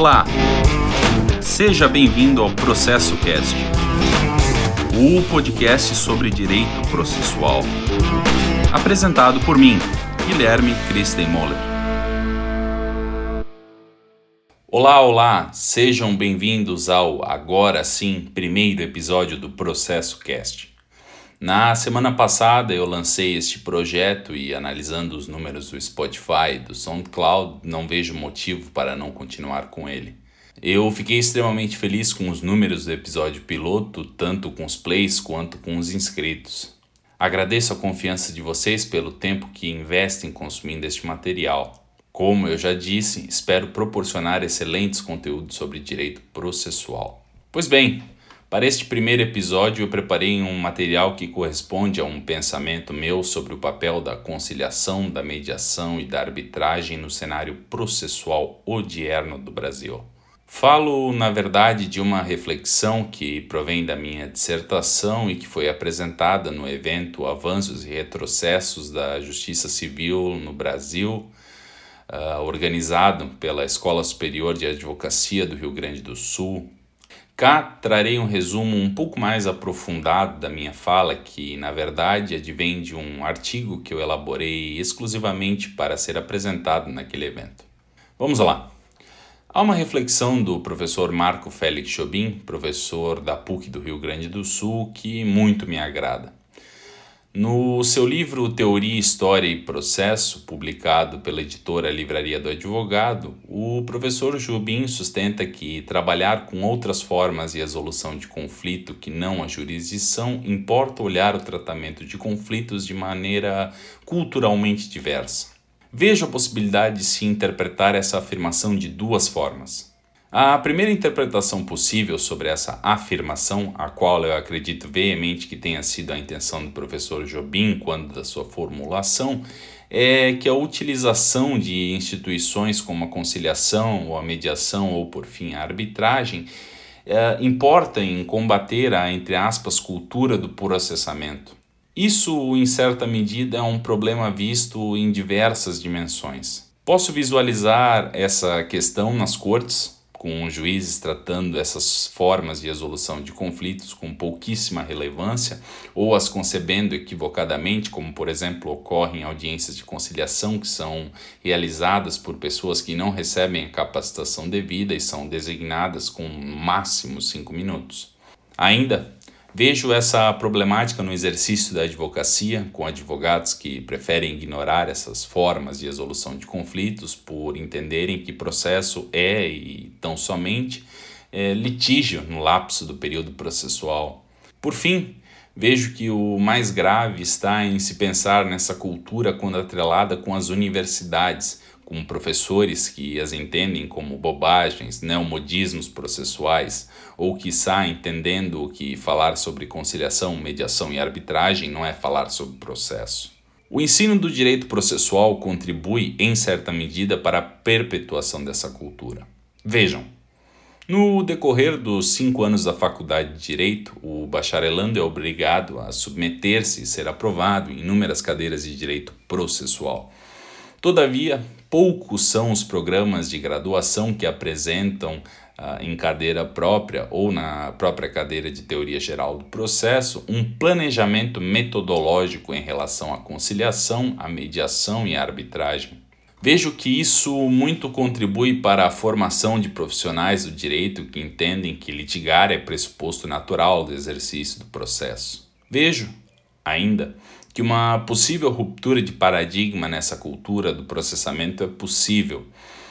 Olá! Seja bem-vindo ao Processo Cast, o podcast sobre direito processual. Apresentado por mim, Guilherme Christenmoller. Olá! Sejam bem-vindos ao, agora sim, primeiro episódio do Processo Cast. Na semana passada eu lancei este projeto e, analisando os números do Spotify e do SoundCloud, não vejo motivo para não continuar com ele. Eu fiquei extremamente feliz com os números do episódio piloto, tanto com os plays quanto com os inscritos. Agradeço a confiança de vocês pelo tempo que investem consumindo este material. Como eu já disse, espero proporcionar excelentes conteúdos sobre direito processual. Pois bem, para este primeiro episódio eu preparei um material que corresponde a um pensamento meu sobre o papel da conciliação, da mediação e da arbitragem no cenário processual odierno do Brasil. Falo, na verdade, de uma reflexão que provém da minha dissertação e que foi apresentada no evento Avanços e Retrocessos da Justiça Civil no Brasil, organizado pela Escola Superior de Advocacia do Rio Grande do Sul. Cá trarei um resumo um pouco mais aprofundado da minha fala, que na verdade advém de um artigo que eu elaborei exclusivamente para ser apresentado naquele evento. Vamos lá! Há uma reflexão do professor Marco Félix Jobim, professor da PUC do Rio Grande do Sul, que muito me agrada. No seu livro Teoria, História e Processo, publicado pela editora Livraria do Advogado, o professor Jobim sustenta que trabalhar com outras formas de resolução de conflito que não a jurisdição importa olhar o tratamento de conflitos de maneira culturalmente diversa. Vejo a possibilidade de se interpretar essa afirmação de duas formas. A primeira interpretação possível sobre essa afirmação, a qual eu acredito veemente que tenha sido a intenção do professor Jobim quando da sua formulação, é que a utilização de instituições como a conciliação ou a mediação ou, por fim, a arbitragem importa em combater a, entre aspas, cultura do processamento. Isso, em certa medida, é um problema visto em diversas dimensões. Posso visualizar essa questão nas cortes, com juízes tratando essas formas de resolução de conflitos com pouquíssima relevância ou as concebendo equivocadamente, como por exemplo ocorre em audiências de conciliação que são realizadas por pessoas que não recebem a capacitação devida e são designadas com no máximo 5 minutos. Ainda vejo essa problemática no exercício da advocacia, com advogados que preferem ignorar essas formas de resolução de conflitos por entenderem que processo é, e tão somente, litígio no lapso do período processual. Por fim, vejo que o mais grave está em se pensar nessa cultura quando atrelada com as universidades, com professores que as entendem como bobagens, neomodismos processuais, ou quiçá entendendo que falar sobre conciliação, mediação e arbitragem não é falar sobre processo. O ensino do direito processual contribui, em certa medida, para a perpetuação dessa cultura. Vejam, no decorrer dos 5 anos da faculdade de Direito, o bacharelando é obrigado a submeter-se e ser aprovado em inúmeras cadeiras de direito processual. Todavia, poucos são os programas de graduação que apresentam em cadeira própria ou na própria cadeira de teoria geral do processo um planejamento metodológico em relação à conciliação, à mediação e à arbitragem. Vejo que isso muito contribui para a formação de profissionais do direito que entendem que litigar é pressuposto natural do exercício do processo. Vejo, ainda, que uma possível ruptura de paradigma nessa cultura do processamento é possível,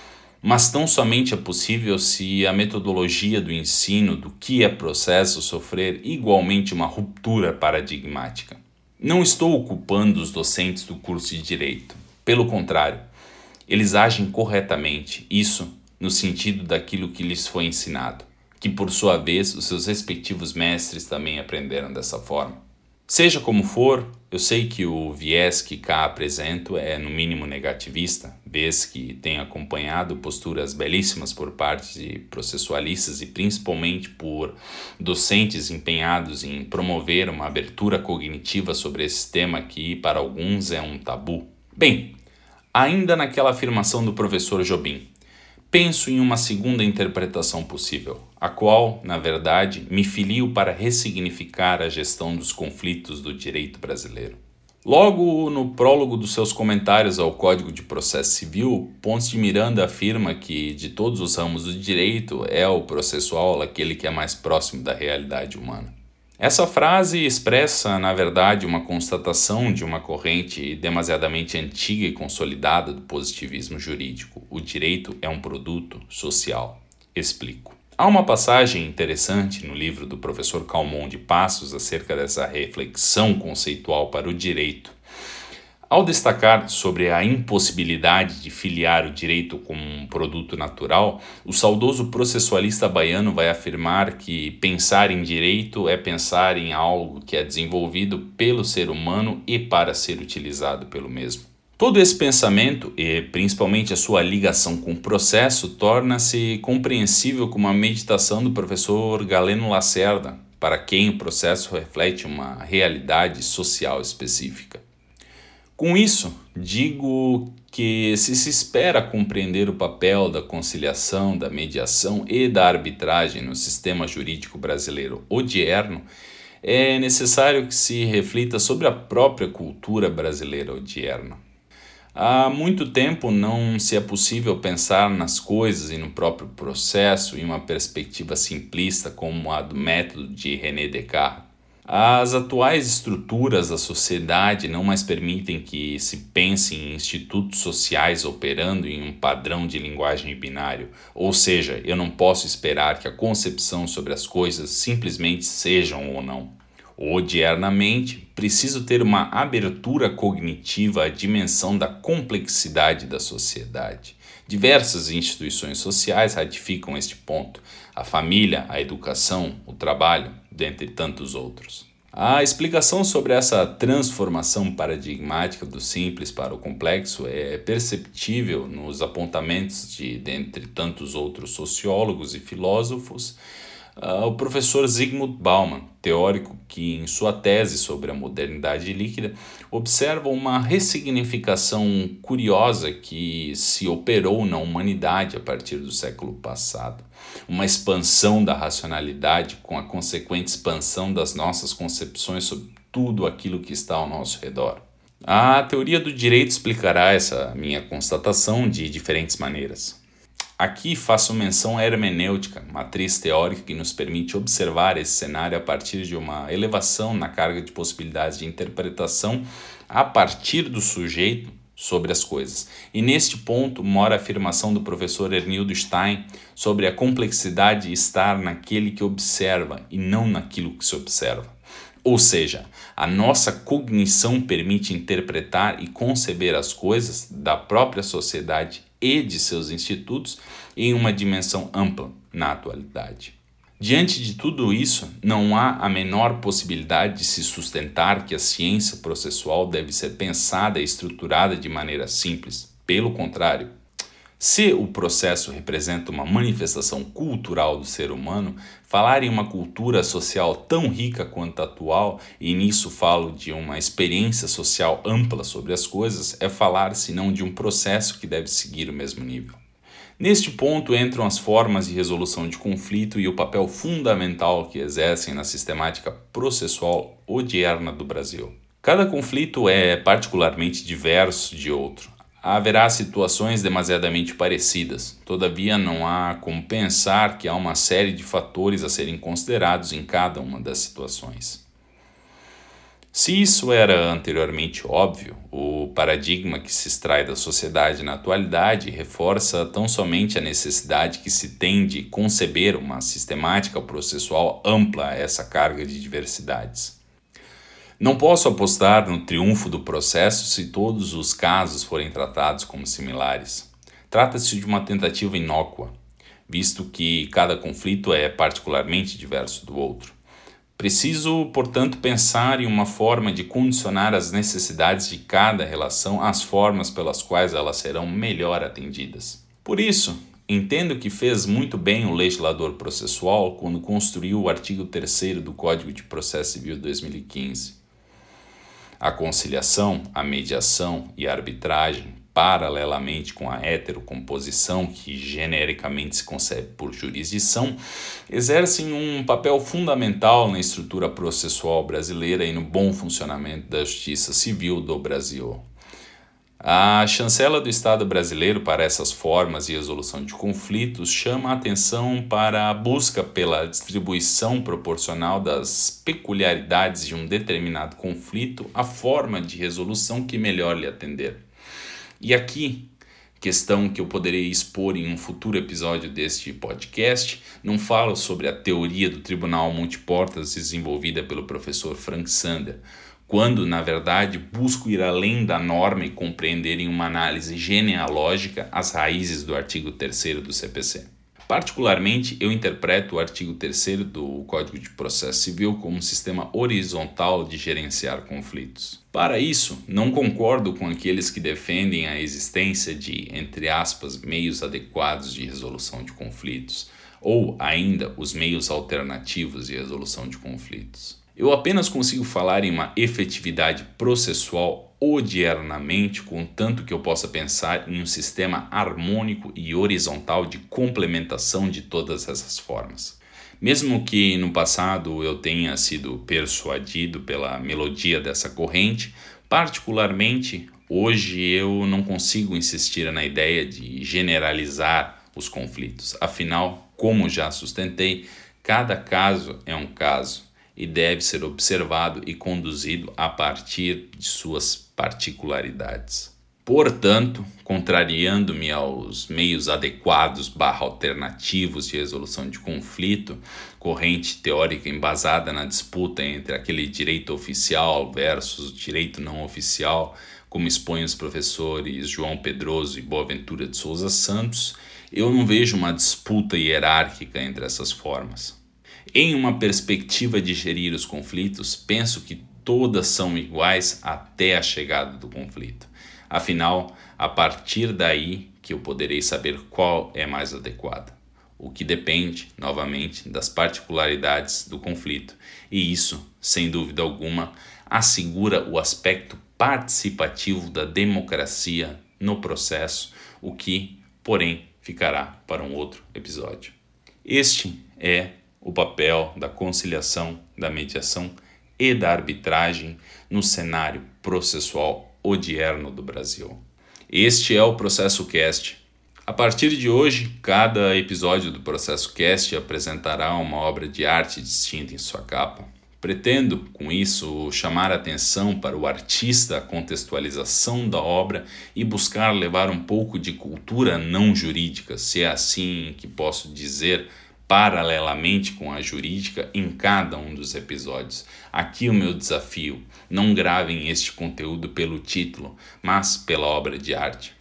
mas tão somente é possível se a metodologia do ensino do que é processo sofrer igualmente uma ruptura paradigmática. Não estou culpando os docentes do curso de Direito. Pelo contrário, eles agem corretamente, isso no sentido daquilo que lhes foi ensinado, que por sua vez os seus respectivos mestres também aprenderam dessa forma. Seja como for, eu sei que o viés que cá apresento é no mínimo negativista, vez que tenho acompanhado posturas belíssimas por parte de processualistas e principalmente por docentes empenhados em promover uma abertura cognitiva sobre esse tema que para alguns é um tabu. Bem, ainda naquela afirmação do professor Jobim, penso em uma segunda interpretação possível, a qual, na verdade, me filio para ressignificar a gestão dos conflitos do direito brasileiro. Logo no prólogo dos seus comentários ao Código de Processo Civil, Pontes de Miranda afirma que, de todos os ramos do direito, é o processual aquele que é mais próximo da realidade humana. Essa frase expressa, na verdade, uma constatação de uma corrente demasiadamente antiga e consolidada do positivismo jurídico. O direito é um produto social. Explico. Há uma passagem interessante no livro do professor Calmon de Passos acerca dessa reflexão conceitual para o direito. Ao destacar sobre a impossibilidade de filiar o direito como um produto natural, o saudoso processualista baiano vai afirmar que pensar em direito é pensar em algo que é desenvolvido pelo ser humano e para ser utilizado pelo mesmo. Todo esse pensamento, e principalmente a sua ligação com o processo, torna-se compreensível com uma meditação do professor Galeno Lacerda, para quem o processo reflete uma realidade social específica. Com isso, digo que se espera compreender o papel da conciliação, da mediação e da arbitragem no sistema jurídico brasileiro odierno, é necessário que se reflita sobre a própria cultura brasileira odierna. Há muito tempo não se é possível pensar nas coisas e no próprio processo em uma perspectiva simplista como a do método de René Descartes. As atuais estruturas da sociedade não mais permitem que se pense em institutos sociais operando em um padrão de linguagem binário, ou seja, eu não posso esperar que a concepção sobre as coisas simplesmente sejam ou não. Odiernamente, preciso ter uma abertura cognitiva à dimensão da complexidade da sociedade. Diversas instituições sociais ratificam este ponto: a família, a educação, o trabalho, dentre tantos outros. A explicação sobre essa transformação paradigmática do simples para o complexo é perceptível nos apontamentos dentre tantos outros sociólogos e filósofos, o professor Zygmunt Bauman, teórico que, em sua tese sobre a modernidade líquida, observa uma ressignificação curiosa que se operou na humanidade a partir do século passado. Uma expansão da racionalidade com a consequente expansão das nossas concepções sobre tudo aquilo que está ao nosso redor. A teoria do direito explicará essa minha constatação de diferentes maneiras. Aqui faço menção à hermenêutica, matriz teórica que nos permite observar esse cenário a partir de uma elevação na carga de possibilidades de interpretação a partir do sujeito sobre as coisas. E neste ponto mora a afirmação do professor Ernildo Stein sobre a complexidade de estar naquele que observa e não naquilo que se observa. Ou seja, a nossa cognição permite interpretar e conceber as coisas da própria sociedade e de seus institutos em uma dimensão ampla na atualidade. Diante de tudo isso, não há a menor possibilidade de se sustentar que a ciência processual deve ser pensada e estruturada de maneira simples. Pelo contrário, se o processo representa uma manifestação cultural do ser humano, falar em uma cultura social tão rica quanto a atual, e nisso falo de uma experiência social ampla sobre as coisas, é falar senão de um processo que deve seguir o mesmo nível. Neste ponto entram as formas de resolução de conflito e o papel fundamental que exercem na sistemática processual odierna do Brasil. Cada conflito é particularmente diverso de outro. Haverá situações demasiadamente parecidas, todavia não há como pensar que há uma série de fatores a serem considerados em cada uma das situações. Se isso era anteriormente óbvio, o paradigma que se extrai da sociedade na atualidade reforça tão somente a necessidade que se tem de conceber uma sistemática processual ampla a essa carga de diversidades. Não posso apostar no triunfo do processo se todos os casos forem tratados como similares. Trata-se de uma tentativa inócua, visto que cada conflito é particularmente diverso do outro. Preciso, portanto, pensar em uma forma de condicionar as necessidades de cada relação às formas pelas quais elas serão melhor atendidas. Por isso, entendo que fez muito bem o legislador processual quando construiu o artigo 3º do Código de Processo Civil de 2015. A conciliação, a mediação e a arbitragem paralelamente com a heterocomposição, que genericamente se concebe por jurisdição, exercem um papel fundamental na estrutura processual brasileira e no bom funcionamento da justiça civil do Brasil. A chancela do Estado brasileiro para essas formas de resolução de conflitos chama a atenção para a busca pela distribuição proporcional das peculiaridades de um determinado conflito à forma de resolução que melhor lhe atender. E aqui, questão que eu poderei expor em um futuro episódio deste podcast, não falo sobre a teoria do tribunal multiportas desenvolvida pelo professor Frank Sander, quando, na verdade, busco ir além da norma e compreender em uma análise genealógica as raízes do artigo 3º do CPC. Particularmente, eu interpreto o artigo 3º do Código de Processo Civil como um sistema horizontal de gerenciar conflitos. Para isso, não concordo com aqueles que defendem a existência de, entre aspas, meios adequados de resolução de conflitos, ou ainda os meios alternativos de resolução de conflitos. Eu apenas consigo falar em uma efetividade processual odiernamente, contanto que eu possa pensar em um sistema harmônico e horizontal de complementação de todas essas formas. Mesmo que no passado eu tenha sido persuadido pela melodia dessa corrente, particularmente hoje eu não consigo insistir na ideia de generalizar os conflitos. Afinal, como já sustentei, cada caso é um caso e deve ser observado e conduzido a partir de suas particularidades. Portanto, contrariando-me aos meios adequados / alternativos de resolução de conflito, corrente teórica embasada na disputa entre aquele direito oficial versus direito não oficial, como expõem os professores João Pedroso e Boaventura de Souza Santos, eu não vejo uma disputa hierárquica entre essas formas. Em uma perspectiva de gerir os conflitos, penso que todas são iguais até a chegada do conflito. Afinal, a partir daí que eu poderei saber qual é mais adequada, o que depende, novamente, das particularidades do conflito. E isso, sem dúvida alguma, assegura o aspecto participativo da democracia no processo, o que, porém, ficará para um outro episódio. Este é o papel da conciliação, da mediação e da arbitragem no cenário processual odierno do Brasil. Este é o Processo Cast. A partir de hoje, cada episódio do Processo Cast apresentará uma obra de arte distinta em sua capa. Pretendo, com isso, chamar a atenção para o artista, a contextualização da obra e buscar levar um pouco de cultura não jurídica, se é assim que posso dizer, paralelamente com a jurídica em cada um dos episódios. Aqui o meu desafio: não gravem este conteúdo pelo título, mas pela obra de arte.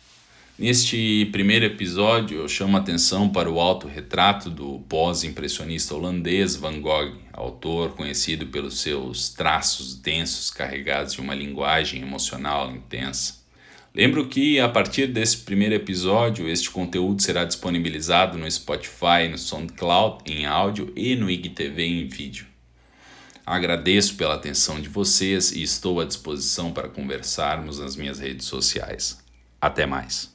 Neste primeiro episódio eu chamo a atenção para o autorretrato do pós-impressionista holandês Van Gogh, autor conhecido pelos seus traços densos carregados de uma linguagem emocional intensa. Lembro que, a partir desse primeiro episódio, este conteúdo será disponibilizado no Spotify, no SoundCloud em áudio e no IGTV em vídeo. Agradeço pela atenção de vocês e estou à disposição para conversarmos nas minhas redes sociais. Até mais!